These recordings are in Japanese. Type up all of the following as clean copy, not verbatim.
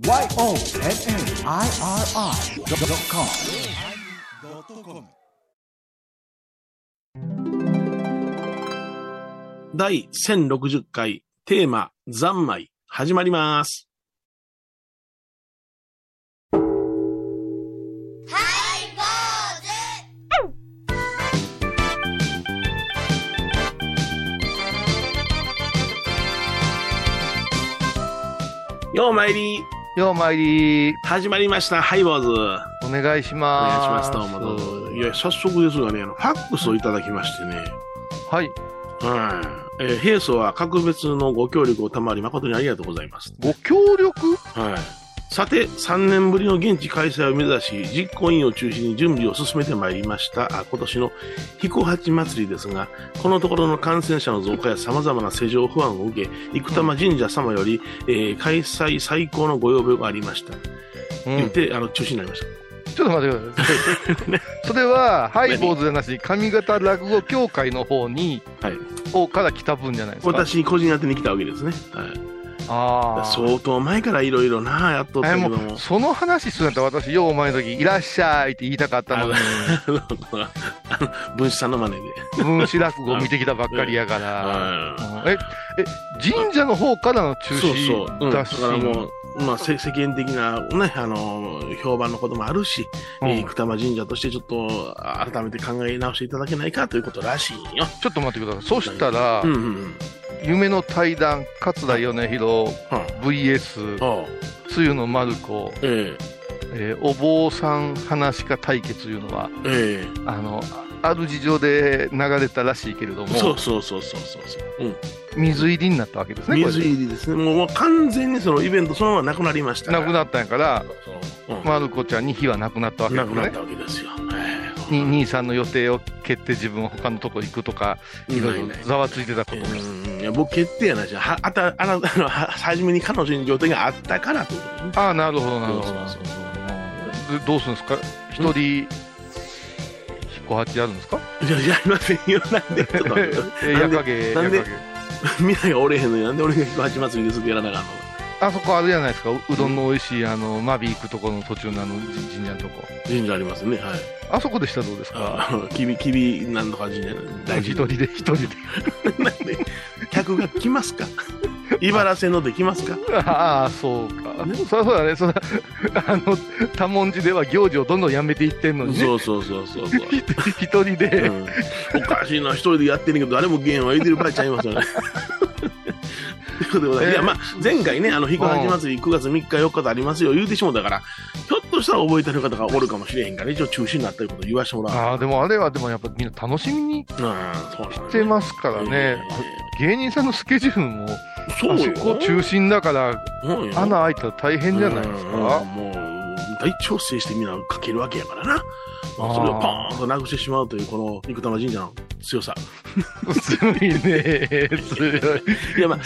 YONNIRI.com 第1060回テーマ三昧始まります。ようまいりようまいり始まりましたハイボーズ。 お願いします。 お願いします。どうもどうも。いや早速ですがね、ファックスをいただきましてね。 はい。 平素は格別のご協力を賜り誠にありがとうございます。 ご協力？ はい。さて、3年ぶりの現地開催を目指し、実行委員を中心に準備を進めてまいりました今年の彦八祭りですが、このところの感染者の増加や様々な世情不安を受け、生玉神社様より、開催最高のご要望がありました。言って、中止になりました。 ちょっと待ってください。ね、それは、ハイボーズじゃなし、上方落語協会の方に、方から来た分じゃないですか。 私に個人宛てに来たわけですね。はい。相当前からいろいろなやっとったけども、 その話するんだったら私よう前の時いらっしゃいって言いたかったのに分子さんの真似で分子落語見てきたばっかりやから神社の方からの中止だし、 だからもうまあ、世間的な、ね、評判のこともあるし、生玉神社としてちょっと改めて考え直していただけないかということらしいよ。 ちょっと待ってください。そしたら、夢の対談桂米広 VS 露の丸子、お坊さん話家対決いうのは、ある事情で流れたらしいけれども、 そう、 水入りになったわけですね。 水入りですね。もう完全にそのイベントそのままなくなりましたから。 なくなったんやから、丸子ちゃんに火はなくなったわけですね。 なくなったわけですよ。 兄さんの予定を蹴って自分は他のとこ行くとか、いろいろざわついてたことも。 いや、僕決定やないし、初めに彼女に予定があったからということね。 ああ、なるほど、なるほど。どうするんですか？一人、彦八やるんですか？ いや、やりませんよ。なんでちょっと。なんでみんながおれへんのになんで俺が彦八祭りですってやらなあかんの？ あそこあるじゃないですか。うどんの美味しい、マビ行くところの途中の神社のとこ。 神社ありますね。はい。 あそこでしたらどうですか？ きびなんとか神社。 一人で。 なんで、客が来ますか？茨瀬のできますか？ ああ、そうか。そうだね。多文字では行事をどんどんやめていってんのにね。 そう。 一人で、 おかしいな、一人でやってんねんけど、誰も弦は言うてる場合ちゃいますよね。ということでございます。いや、まあ、前回ね、彦八祭り9月3日4日とありますよ、言うてしもだから、ひょっとしたら覚えてる方がおるかもしれへんから、一応中止になったということを言わせてもらう。 ああ、でもあれは、やっぱみんな楽しみにしてますからね。芸人さんのスケジュールも、そこ中心だから、穴開いたら大変じゃないですか。 もう、大調整してみんなかけるわけやからな。それをポーンとなくしてしまうという、この生玉神社の強さ。 強いね、強い。 いや、まあ、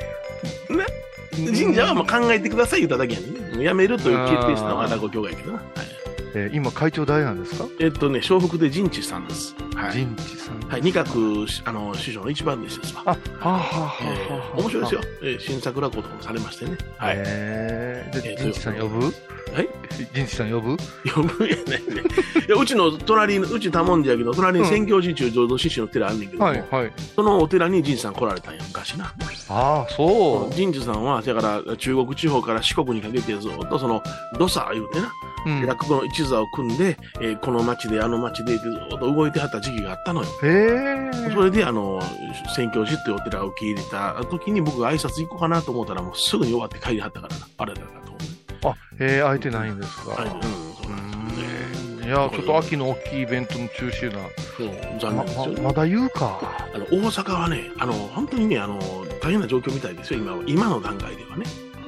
神社はもう考えてください言っただけやね。やめるという決定したのは落語協会やけどな。 今会長誰なんですか？ 笑福で神智さんです。 神智さん。 はい、二角師匠の一番弟子ですわ。面白いですよ。新作落語とかもされましてね。はい。 神智さん呼ぶ？ はい。 神智さん呼ぶやないね。いや、うちの隣の、うち多文字やけど、隣に宣教寺中浄土真宗の寺あんねんけども、そのお寺に神智さん来られたんや、昔な。 ああ、そう。 神智さんは、だから中国地方から四国にかけてずっとその、土佐言うてな、落語の一座を組んで、この町であの町でずっと動いてはった時期があったのよ。それで宣教寺っていうお寺を受け入れた時に僕が挨拶行こうかなと思ったらもうすぐに終わって帰りはったからな。あれだなと思う。 空いてないんですか？そうなんですね。いや、ちょっと秋の大きいイベントの中止な。 そう、残念ですよね。 まだ言うか。 大阪はね、本当にね、大変な状況みたいですよ、今の段階ではね。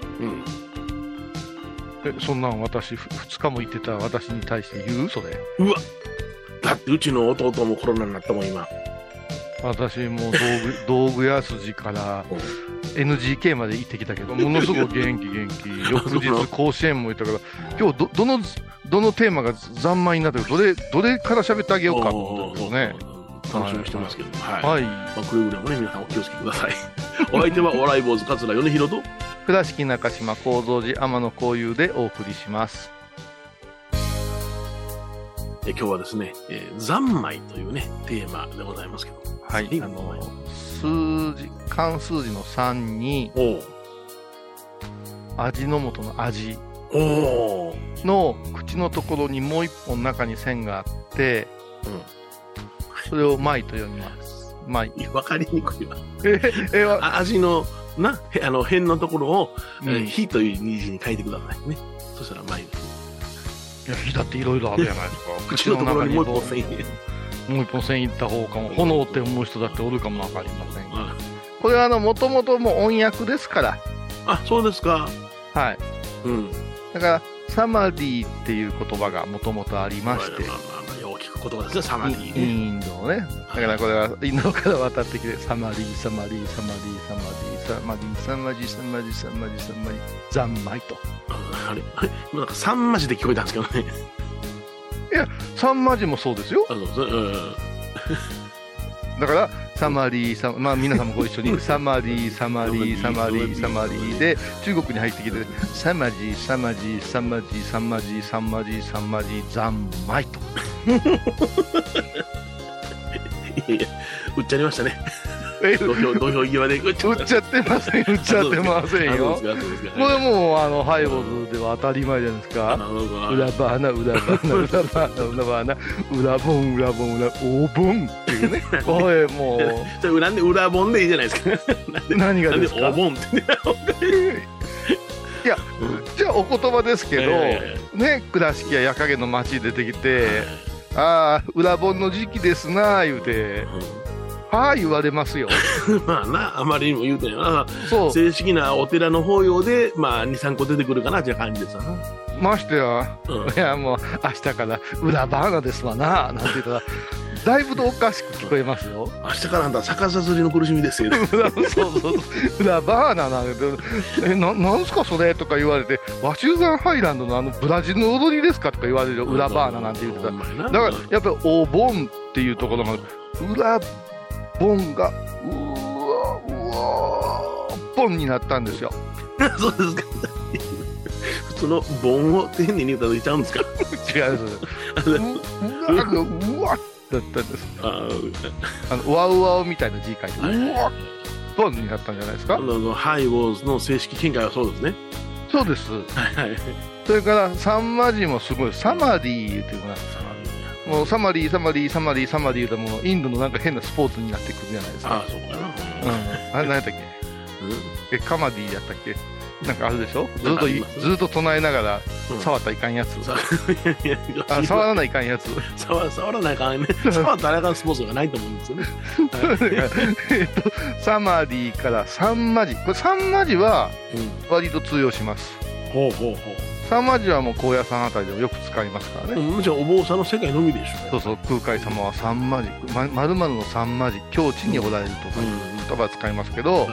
そんなん私、2日も行ってた私に対して言う？それ。 うわ、だってうちの弟もコロナになったもん、今。 私も道具屋筋から NGK まで行ってきたけど、ものすごく元気。翌日甲子園も行ったから、今日どのテーマが三昧になってる、どれから喋ってあげようかと思ってるんですね。 楽しみにしてますけど、はい。くれぐれもね、皆さんお気をつけください。お相手はお笑い坊主桂米広と、 倉敷中島高蔵寺天野幸雄でお送りします。 今日はですね、三昧というねテーマでございますけど、 はい、漢数字の3に味の素の味の口のところにもう一本中に線があって、それを昧と読みます。昧。 わかりにくいわ。味の辺のところを火という字に書いてくださいね。そしたら昧です。 いや、火だっていろいろあるじゃないですか。 口のところにもう一本線入れる。 もう一本線いった方かも。炎って思う人だっておるかもわかりません。これはもともともう音訳ですから。 あ、そうですか。 はい。だからサマディっていう言葉がもともとありまして。 よく聞く言葉ですね、サマディね。 インドのね。だからこれはインドから渡ってきて、サマディ、サマディ、サマディ、サマディ、サマディ、サマディ、サマディ、サマディ、サマディ、三昧と。 あれなんか三マジで聞こえたんですけどね。 いや、三マジもそうですよ。だからサマリー、まあ皆さんもご一緒にサマリー、サマリー、サマリー、サマリーで中国に入ってきて、サマジー、サマジー、サマジー、サマジー、サマジー、サマジー、三昧と。 いや、売っちゃいましたね。土俵際で売っちゃってません、売っちゃってませんよ。これもうハイボールでは当たり前じゃないですか。裏バーナ、裏バーナ、裏バーナ、裏バーナ、裏ボン、裏ボン、裏お盆っていうね。これもう。 なんで裏ボンでいいじゃないですか。 何がですか。 お盆って。 いや、じゃあお言葉ですけど、ね、倉敷や矢影の町に出てきて、ああ、裏盆の時期ですな、言うて。はあ、言われますよ。 まあな、あまりにも言うてんよな。正式なお寺の法要で、まあ、2、3個出てくるかなっていう感じですわな。 ましてや、いや、もう、明日から裏バーナですわな、なんて言ったら、だいぶとおかしく聞こえますよ。 明日からあんた、逆さ釣りの苦しみですよね。 そう。裏バーナなんで、なんすかそれとか言われて、和州山ハイランドのブラジルの踊りですかとか言われるよ、裏バーナなんて言ってたら。だから、やっぱりお盆っていうところが、裏ボンがうわボンになったんですよ。 そうですか。そのボンを丁寧に歌ってちゃうんですか。 違ううわだったんです。ワウワウみたいな字書いてうわボンになったんじゃないですか。 ハイボーズの正式見解はそうですね。 そうです。それからサンマジもすごいサマディーっていうのがもうサマリー、サマリー、サマリー、サマリーでもインドのなんか変なスポーツになってくるじゃないですか。 ああ、そうかな。 あれ何やったっけ、カマディやったっけ、なんかあるでしょ、ずっと唱えながら触ったらいかんやつ。触らないかんやつ。 触らないかんね。触ったらあかんスポーツがないと思うんですよね。 サマディからサンマジ。これサンマジは割と通用します。 ほうほうほう。 三マジはもう高野山あたりでもよく使いますからね。 もちろんお坊さんの世界のみでしょ。 そう、空海様は三マジ、まるの三マジ、境地におられるとかいう言葉を使いますけど、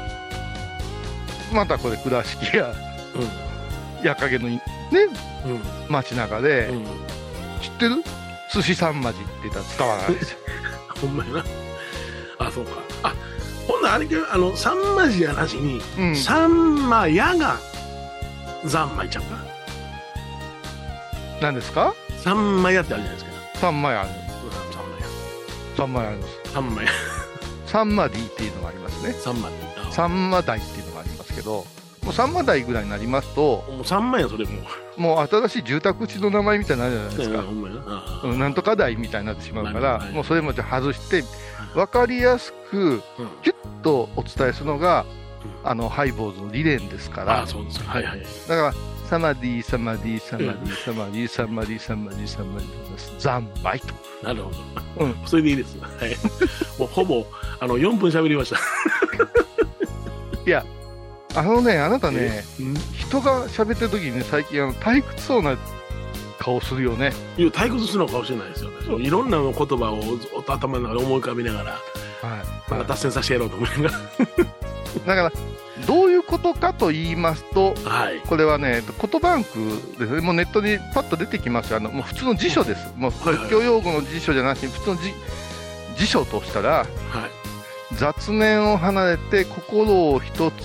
またこれ倉敷や矢影のね、街中で、知ってる？寿司三マジって言ったら伝わらないですよ。 ほんまやな。あ、そうか。あ、ほんならあれか、三マジやなしに、三マヤが三昧ちゃうか。 何ですか？ 三枚屋ってあるじゃないですか。 三枚ある。三枚あります。 三枚。 三マディっていうのがありますね。 三マディ。 三マダイっていうのがありますけど、もう三マダイぐらいになりますと、 もう三枚やそれも。 もう新しい住宅地の名前みたいになるじゃないですか。なんとか台みたいになってしまうから、もうそれも外して分かりやすくキュッとお伝えするのがハイボーズの理念ですから。 あ、そうですか。はいはい。 だからサマディサマディサマディサマディサマディサマディサマディ三昧と。 なるほど。それでいいです。はい。もうほぼ4分喋りました。 いや、あなたね、人が喋ってる時にね、最近退屈そうな顔するよね。 いや、退屈するのかもしれないですよね。いろんな言葉を頭の中で思い浮かべながら、また脱線させてやろうと思いながら。 だからどういうことかと言いますと、これはね、言葉バンクですね。もうネットにパッと出てきますよ。もう普通の辞書です。もう仏教用語の辞書じゃなくて、普通の辞書としたら、雑念を離れて心を一つ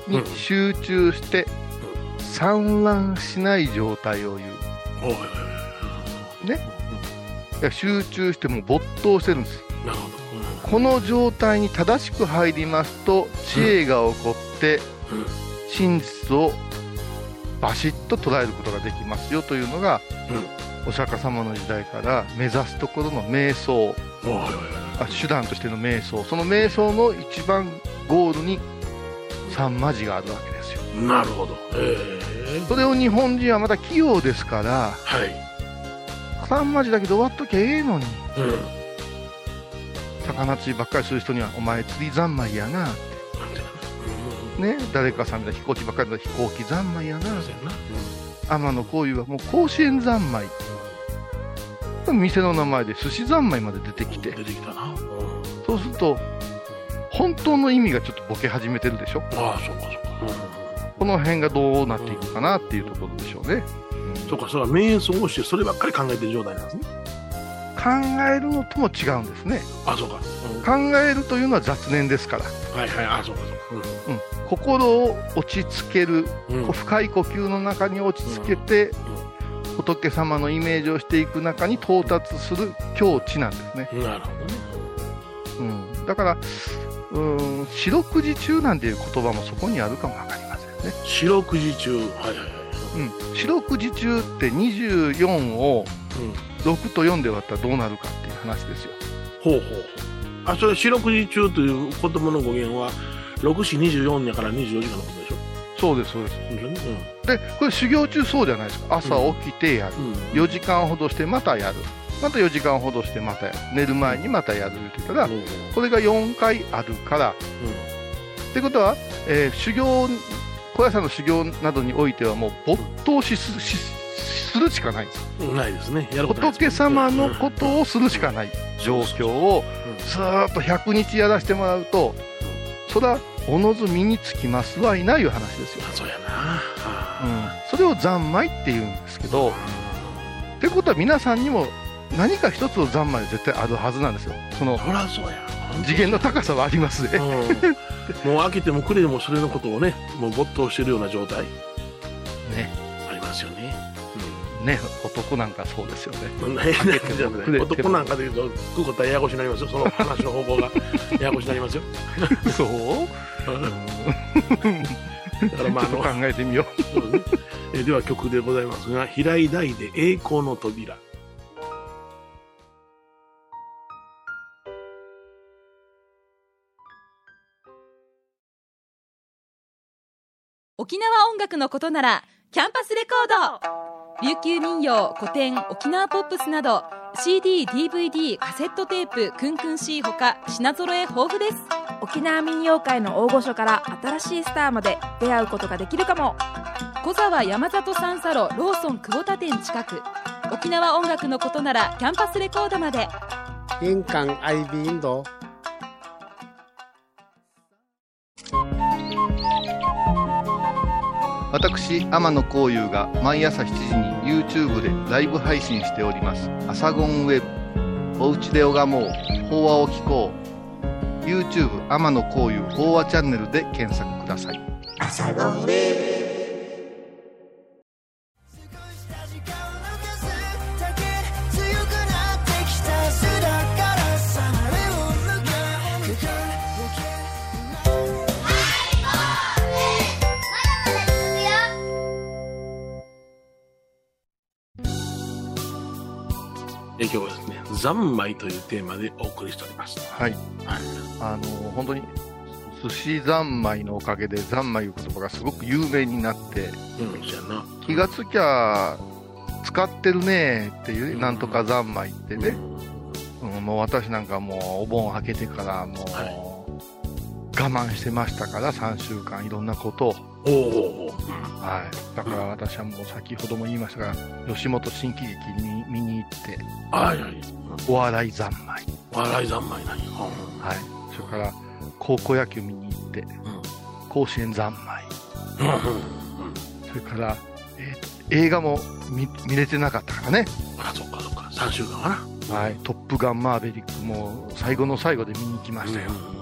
に集中して散乱しない状態を言う。ね。集中してもう没頭してるんです。 なるほど。 この状態に正しく入りますと知恵が起こって真実をバシッと捉えることができますよというのが、お釈迦様の時代から目指すところの瞑想、手段としての瞑想、その瞑想の一番ゴールに三魔寺があるわけですよ。 なるほど。 それを日本人はまだ器用ですから、三魔寺だけで終わっときゃええのに、魚釣りばっかりする人にはお前釣り三昧やなって、ね、誰かさんみたいな飛行機ばっかりだと飛行機三昧やな、天野幸雄はもう甲子園三昧、店の名前で寿司三昧まで出てきて、そうすると本当の意味がちょっとボケ始めてるでしょ。この辺がどうなっていくかなっていうところでしょうね。 そうか、それは瞑想をしてそればっかり考えてる状態なんですね。 考えるのとも違うんですね。 そうか。 考えるというのは雑念ですから。 そうか。 心を落ち着ける、深い呼吸の中に落ち着けて、仏様のイメージをしていく中に到達する境地なんですね。 なるほどね。 だから四六時中なんていう言葉もそこにあるかもわかりませんね。 四六時中、 四六時中って24を6と4で割ったらどうなるかっていう話ですよ。 それ四六時中という言葉の語源は6、4、24やから24時間のことでしょ。 そうです。でこれ修行中そうじゃないですか。朝起きてやる、4時間ほどしてまたやる、また4時間ほどしてまたやる、寝る前にまたやるって言ったら、これが4回あるから、ってことは、修行、高野山の修行などにおいてはもう没頭するしかないんです。 ないですね。やることないです。 仏様のことをするしかない状況をずーっと100日やらせてもらうと、それはおのず身につきますわいないう話ですよ。 そうやな。 それを三昧っていうんですけど、ってことは皆さんにも何か一つの三昧絶対あるはずなんですよ。その次元の高さはありますね。 もう飽きてもくれでもそれのことをね、もう没頭してるような状態ね、ありますよね。 男なんかそうですよね。 男なんかで言うと食うことはややこしになりますよ。その話の方向がややこしになりますよ。 そうだからちょっと考えてみよう。では曲でございますが、平井大で栄光の扉。 沖縄音楽のことならキャンパスレコード。琉球民謡、古典、沖縄ポップスなど CD、DVD、カセットテープ、クンクン C ほか品揃え豊富です。 沖縄民謡界の大御所から新しいスターまで出会うことができるかも。 小沢山里三佐路ローソン久保田店近く。沖縄音楽のことならキャンパスレコードまで。 玄関アイビーンド。 私天野幸雄が毎朝7時に YouTube でライブ配信しておりますアサゴンウェブ。おうちで拝もう、法話を聞こう。 YouTube 天野幸雄法話チャンネルで検索ください。アサゴンウェブ。 今日はですね、三昧というテーマでお送りしております。 本当に寿司三昧のおかげで三昧いう言葉がすごく有名になって、気がつきゃ使ってるねっていう、なんとか三昧ってね、もう私なんかもうお盆明けてからもう、我慢してましたから3週間いろんなことを。だから私はもう先ほども言いましたが、吉本新喜劇に見に行って、お笑い三昧。 お笑い三昧何？ それから高校野球見に行って、甲子園三昧。それから、映画も 見れてなかったからね。 そうか3週間かな。 トップガンマーヴェリックも最後の最後で見に行きましたよ。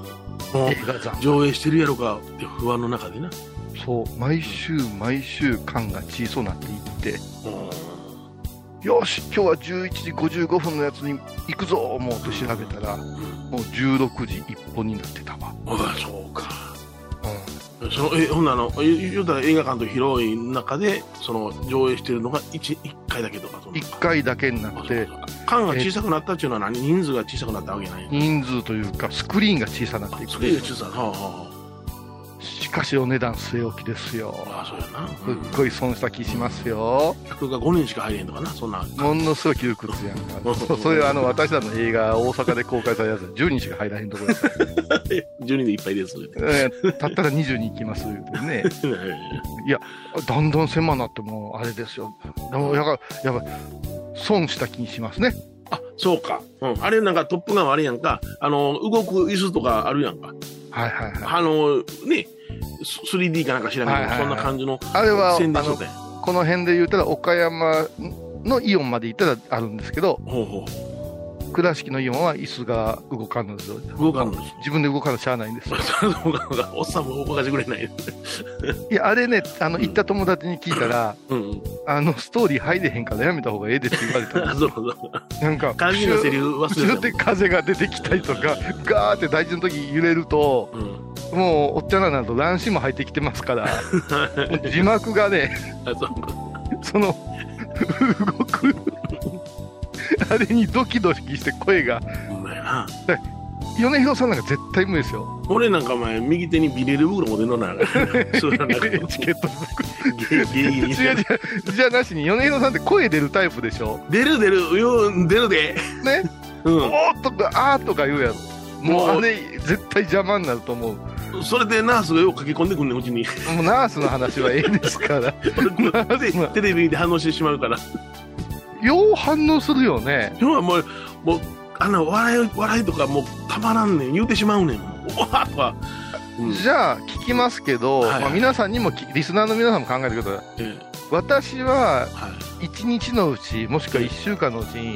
映画三昧上映してるやろかって不安の中でな。 そう、毎週毎週感が小さくなっていって、よし今日は11時55分のやつに行くぞ思うと調べたら、もう16時1本になってたわ。 ああ、そうか。そのほんな言うたら映画館と広い中でその上映してるのが 1回だけとか。 1回だけになって、 缶が小さくなったっていうのは何、人数が小さくなったわけない。 人数というかスクリーンが小さくなっていく。 スクリーンが小さな。はあはあ。 しかしお値段据え置きですよ。 ああ、そうやな。 すっごい損した気しますよ。 客が5人しか入れへんとかな、そんな。 ものすごい窮屈やんか。それは私らの映画大阪で公開されたやつ10人しか入らへんところです 10人でいっぱいですたったら20人行きます言うてね。いやだんだん狭なってもうあれですよ。でもやっぱ損した気にしますね。 あ、そうか。あれなんかトップガンはあれやんか。動く椅子とかあるやんか。 はいはいはい。 ね、3D かなんか知らないけど、そんな感じのあれは宣伝しとったやん。 この辺で言うたら岡山のイオンまで行ったらあるんですけど、倉敷のイオンは椅子が動かんのですよ。 動かんのです。 自分で動かんのしゃあないんですよ。 おっさんも動かしてくれない。 いやあれね、行った友達に聞いたら、ストーリー入れへんからやめた方がええですって言われた。 そうそう。 なんか肝心のセリフ忘れてで風が出てきたりとか、ガーって大事な時揺れると、もうおっちゃんらになると乱視も入ってきてますから、字幕がね、その動くあれにドキドキして声が。 ほんまやな。 米広さんなんか絶対無理ですよ。 俺なんか前右手にビニール袋持ってんのな。そうなんだけど。 チケット違うじゃなしに米広さんって声出るタイプでしょ。 出る出るでね。おーとかあーとか言うやろ。もうあれ絶対邪魔になると思う。 それでナースがよく駆け込んでくんねん、うちに。 もうナースの話はええですからテレビで反応してしまうから。 よう反応するよね。 要はもう笑いとかもうたまらんねん、言うてしまうねん。おわとか。 じゃあ聞きますけど、皆さんにもリスナーの皆さんも考えてください。私は1日のうちもしくは1週間のうちに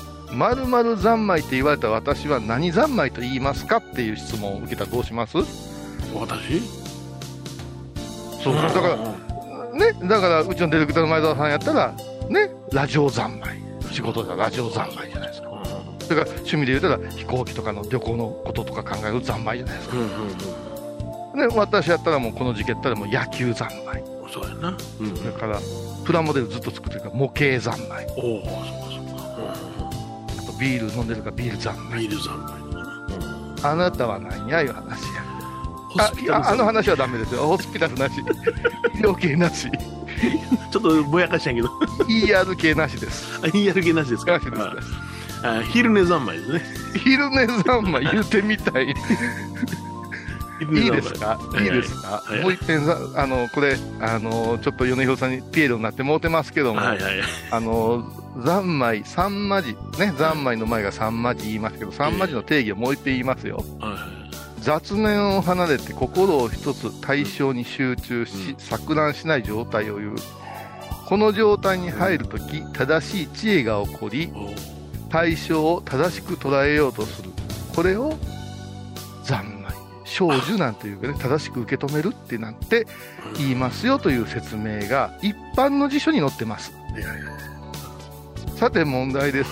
〇〇三昧って言われたら私は何三昧と言いますかっていう質問を受けたらどうします？ 私？ そうだからうちのディレクターの前澤さんやったらね、ラジオ三昧、仕事ではラジオ三昧じゃないですか。それから趣味で言うたら飛行機とかの旅行のこととか考える三昧じゃないですか。で私やったらもうこの時期やったらもう野球三昧。 そうやな。 だからプラモデルずっと作ってるから模型三昧。 おお、そうかそうか。 あとビール飲んでるからビール三昧。 ビール三昧。 あなたは何やいう話や。あの話はダメですよ。ホスピタルなし、医療系なし。 ちょっとぼやかしたんやけど。 ER 系なしです。 ER 系なしですか。昼寝三昧ですね。 昼寝三昧言ってみたい。いいですか、いいですか、もう一遍これちょっと米広さんにピエロになってもうてますけども、三昧三魔字ね、三昧の前が三魔字言いますけど、三魔字の定義をもう一遍言いますよ。雑念を離れて心を一つ対象に集中し、錯乱しない状態を言う。この状態に入るとき正しい知恵が起こり、対象を正しく捉えようとする。これを三昧、生寿なんていうかね、正しく受け止めるってなんて言いますよという説明が一般の辞書に載ってます。さて問題です。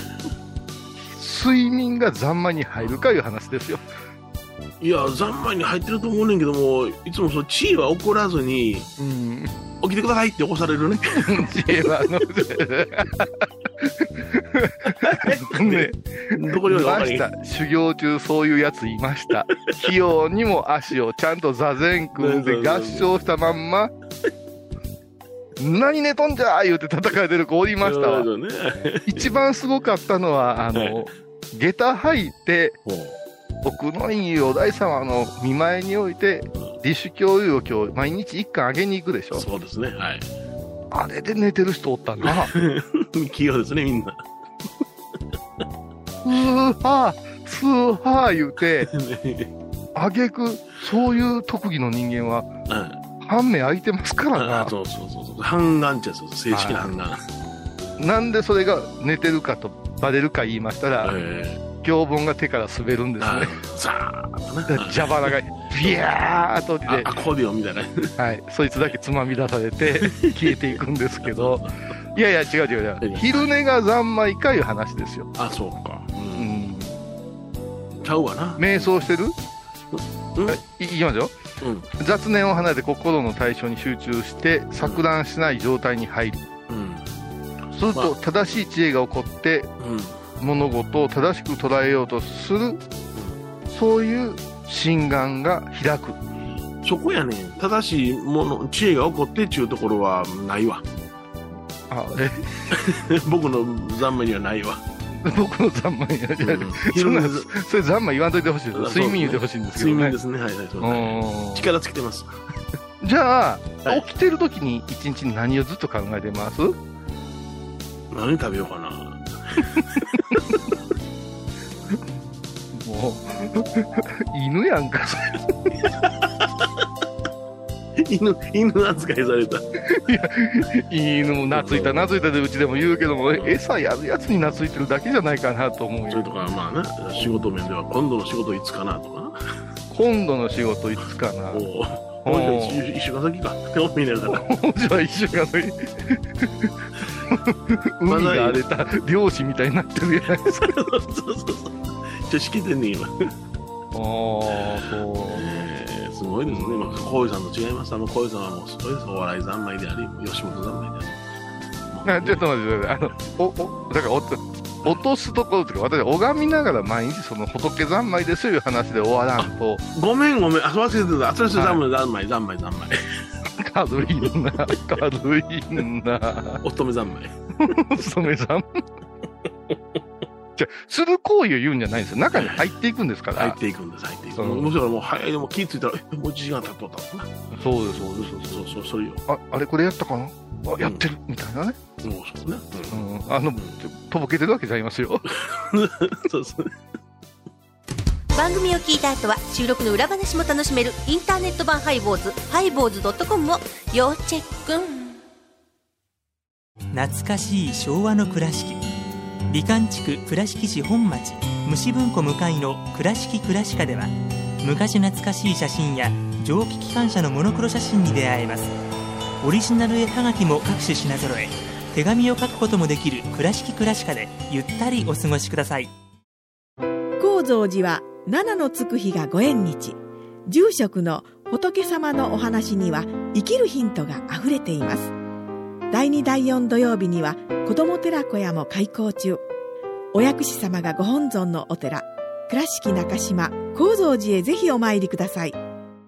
睡眠が三昧に入るかいう話ですよ。 いや、三昧に入ってると思うねんけども、いつもその地位は起こらずに、起きてくださいって起こされるね。 地位はね、どこにもいました。修行中そういうやついました。器用にも足をちゃんと座禅組んで合唱したまんま、何寝とんじゃー言うて叩かれてる子おりましたわ。一番すごかったのは下駄履いて奥の院お大様の見舞いにおいて立種教諭を今日毎日一巻あげに行くでしょ。 そうですね、はい。 あれで寝てる人おったな。 器用ですね、みんな。 スーハースーハー言うてあげく、そういう特技の人間は半目空いてますからな。 そう半眼ってやつです、正式な半眼。 なんでそれが寝てるかとバレるか言いましたら、 経本が手から滑るんですね。 さーっとね。 蛇腹がビヤーっと落ちて、 アコーディオンみたいな。 はい、そいつだけつまみ出されて消えていくんですけど、いやいや違う昼寝が三昧かいう話ですよ。 あ、そうか。ちゃうわな。 瞑想してる？いきますよ。雑念を離れて心の対象に集中して錯乱しない状態に入る。すると正しい知恵が起こって、物事を正しく捉えようとする、そういう心眼が開く。 そこやねん。正しいもの、知恵が起こってっていうところはないわ。僕の三昧にはないわ。 僕の三昧には、それ三昧言わんといてほしいです。睡眠言ってほしいんですけどね。 睡眠ですね。はいはい。力つけてます。 じゃあ、起きてる時に一日に何をずっと考えてます？ 何食べようかな。 もう犬やんか。 犬扱いされた。いや、犬も懐いたでうちでも言うけども、餌やるやつに懐いてるだけじゃないかなと思うよ。 それとかまあね、仕事面では今度の仕事いつかなとかな。 今度の仕事いつかな。 1週間先かって思いながら。 じゃあ1週間先。海が荒れた漁師みたいになってるじゃないですか。 そうしけてんねん今。すごいですね。小遊さんと違います。小遊さんはもうすごいです。お笑い三昧であり、吉本三昧であり。 ちょっと待ってください。だから落とすところというか、私拝みながら毎日その仏三昧ですよいう話で終わらんと。 ごめん。忘れてた。それ三昧。 軽いな。 乙女三昧。 乙女三昧。じゃする行為を言うんじゃないんですよ。中に入っていくんですから。 入っていくんです。もちろんもう早いでも気ぃついたらもう1時間経っとったもんな。そうです。それよ。 あれこれやったかな。やってるみたいなね。 そうね。 とぼけてるわけじゃありますよ。 そうそう。 番組を聞いた後は収録の裏話も楽しめるインターネット版ハイボーズ、ハイボーズ.com を要チェック。 懐かしい昭和の倉敷、美観地区倉敷市本町虫文庫向かいの倉敷倉歯科では、昔懐かしい写真や蒸気機関車のモノクロ写真に出会えます。オリジナル絵はがきも各種品揃え、手紙を書くこともできる倉敷倉歯科でゆったりお過ごしください。 高蔵寺は七のつく日がご縁日。住職の仏様のお話には生きるヒントがあふれています。第2第4土曜日には子ども寺小屋も開校中。お薬師様がご本尊のお寺、倉敷中島・高蔵寺へぜひお参りください。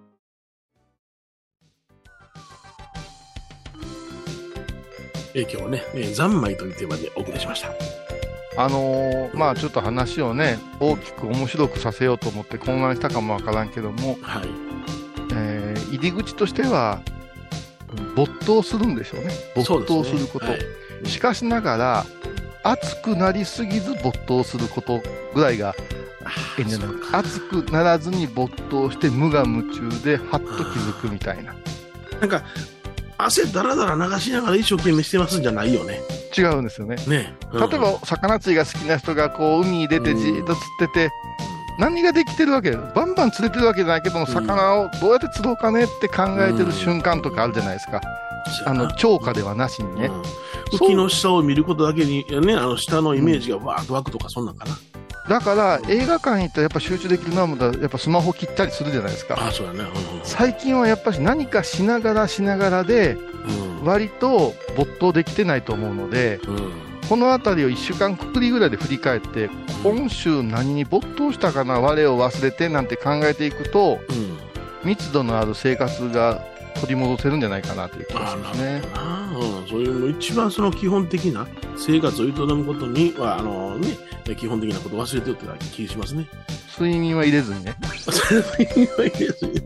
今日はね、三昧というテーマでお送りしました。 まあちょっと話をね、大きく面白くさせようと思って混乱したかもわからんけども、入り口としては没頭するんでしょうね。没頭すること、しかしながら熱くなりすぎず没頭することぐらいがいいんじゃないか。熱くならずに没頭して無我夢中でハッと気づくみたいな。 なんか汗だらだら流しながら一生懸命してますんじゃないよね。 違うんですよね。例えば魚釣りが好きな人がこう海に出てじーっと釣ってて、何ができてるわけでバンバン釣れてるわけじゃないけども、魚をどうやって釣ろうかねって考えてる瞬間とかあるじゃないですか。釣果ではなしにね、 浮きの下を見ることだけにね、下のイメージがわーっと湧くとか、そんなんかな。 だから映画館行ったらやっぱ集中できるのはまだやっぱスマホ切ったりするじゃないですか。 そうだね。 最近はやっぱり何かしながらで割と没頭できてないと思うので、このあたりを1週間くくりぐらいで振り返って、今週何に没頭したかな、我を忘れてなんて考えていくと、密度のある生活が取り戻せるんじゃないかなという気がしますね。 そういう一番その基本的な生活を営むことには基本的なことを忘れてるって気がしますね。 睡眠は入れずにね。 睡眠は入れずに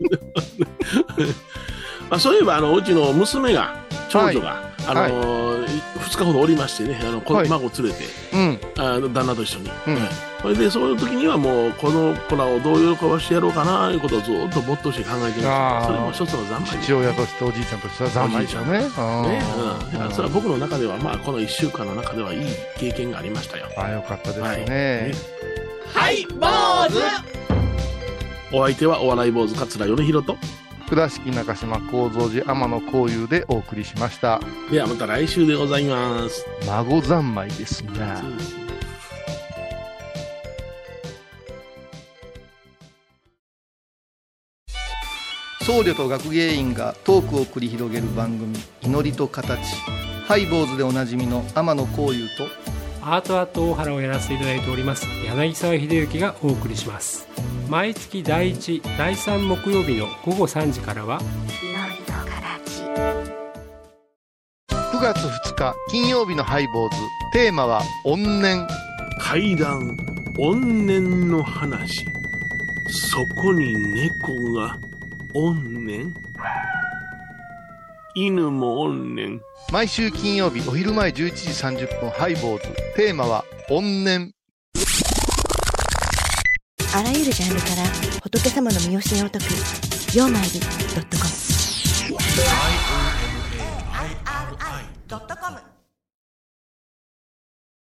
そういえばうちの娘が長女が、2日ほどおりましてね、孫連れて、旦那と一緒に、それでそういう時にはもうこの子らをどう喜ばしてやろうかなということをずっと没頭して考えてるんです。それも一つの三昧。 父親としておじいちゃんとしては三昧ですよね。 それは僕の中ではこの1週間の中ではいい経験がありましたよ。 よかったですね。 ハイボーズ。お相手はお笑い坊主桂米宏と倉敷中島幸三寺天野幸雄でお送りしました。 ではまた来週でございます。 孫三昧ですね。僧侶と学芸員がトークを繰り広げる番組、祈りと形。ハイボーズでおなじみの天野幸雄とアート大原をやらせていただいております柳沢秀幸がお送りします。毎月第1、第3木曜日の午後3時からは祈りと形。 9月2日金曜日のハイボーズ、テーマは怨念。 怪談怨念の話、そこに猫が怨念、犬も怨念。 毎週金曜日お昼前11時30分ハイボーズ、テーマは怨念。 あらゆるジャンルから仏様の身教えを解く曜マイル.com。